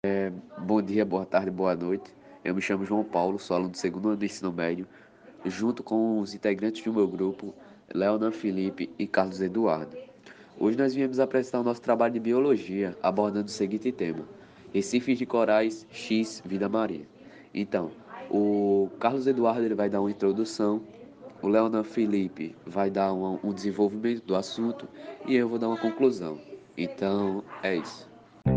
Bom dia, boa tarde, boa noite. Eu me chamo João Paulo, sou aluno do segundo ano do ensino médio, junto com os integrantes do meu grupo, Leonan Felipe e Carlos Eduardo. Hoje nós viemos apresentar o nosso trabalho de biologia, abordando o seguinte tema: Recifes de corais X vida marinha. Então, o Carlos Eduardo ele vai dar uma introdução, o Leonan Felipe vai dar um desenvolvimento do assunto e eu vou dar uma conclusão. Então, é isso.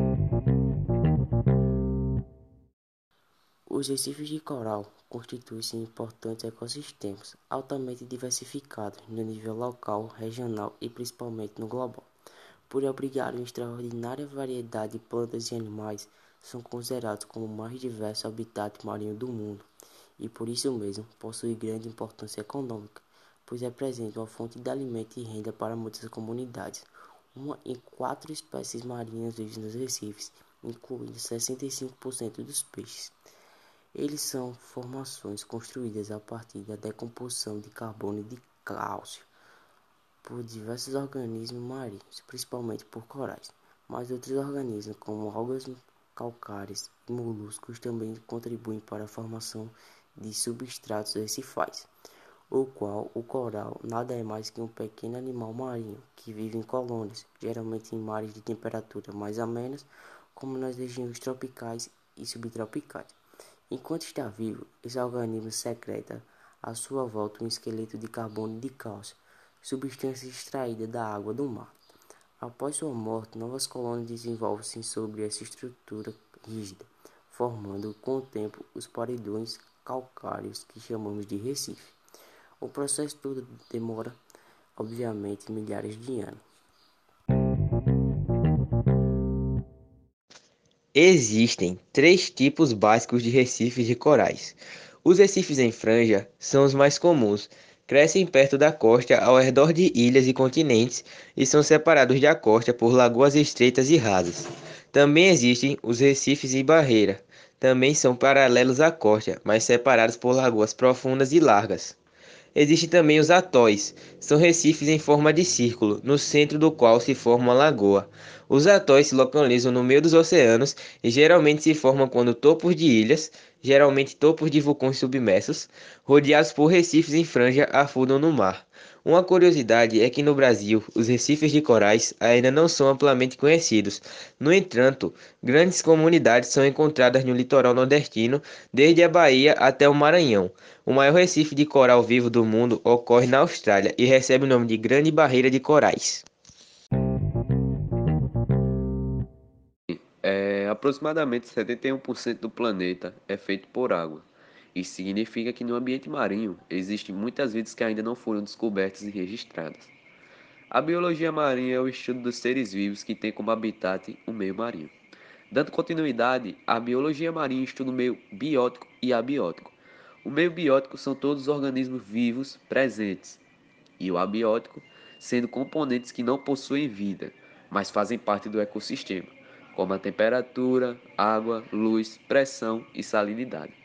Os recifes de coral constituem-se em importantes ecossistemas altamente diversificados no nível local, regional e principalmente no global. Por abrigar uma extraordinária variedade de plantas e animais, são considerados como o mais diverso habitat marinho do mundo e por isso mesmo possuem grande importância econômica, pois representam uma fonte de alimento e renda para muitas comunidades. Uma em quatro espécies marinhas vivem nos recifes, incluindo 65% dos peixes. Eles são formações construídas a partir da decomposição de carbono e de cálcio por diversos organismos marinhos, principalmente por corais, mas outros organismos como algas calcárias e moluscos também contribuem para a formação de substratos recifais, o qual o coral nada é mais que um pequeno animal marinho que vive em colônias, geralmente em mares de temperatura mais amenas, como nas regiões tropicais e subtropicais. Enquanto está vivo, esse organismo secreta à sua volta um esqueleto de carbono e de cálcio, substância extraída da água do mar. Após sua morte, novas colônias desenvolvem-se sobre essa estrutura rígida, formando com o tempo os paredões calcários que chamamos de recife. O processo todo demora, obviamente, milhares de anos. Existem três tipos básicos de recifes de corais. Os recifes em franja são os mais comuns, crescem perto da costa ao redor de ilhas e continentes e são separados da costa por lagoas estreitas e rasas. Também existem os recifes em barreira, também são paralelos à costa, mas separados por lagoas profundas e largas. Existem também os atóis, são recifes em forma de círculo, no centro do qual se forma uma lagoa. Os atóis se localizam no meio dos oceanos e geralmente se formam quando topos de ilhas, geralmente topos de vulcões submersos, rodeados por recifes em franja, afundam no mar. Uma curiosidade é que no Brasil, os recifes de corais ainda não são amplamente conhecidos. No entanto, grandes comunidades são encontradas no litoral nordestino, desde a Bahia até o Maranhão. O maior recife de coral vivo do mundo ocorre na Austrália e recebe o nome de Grande Barreira de Corais. Aproximadamente 71% do planeta é feito por água. Isso significa que no ambiente marinho existem muitas vidas que ainda não foram descobertas e registradas. A biologia marinha é o estudo dos seres vivos que tem como habitat o meio marinho. Dando continuidade, a biologia marinha estuda o meio biótico e abiótico. O meio biótico são todos os organismos vivos presentes, e o abiótico sendo componentes que não possuem vida, mas fazem parte do ecossistema, como a temperatura, água, luz, pressão e salinidade.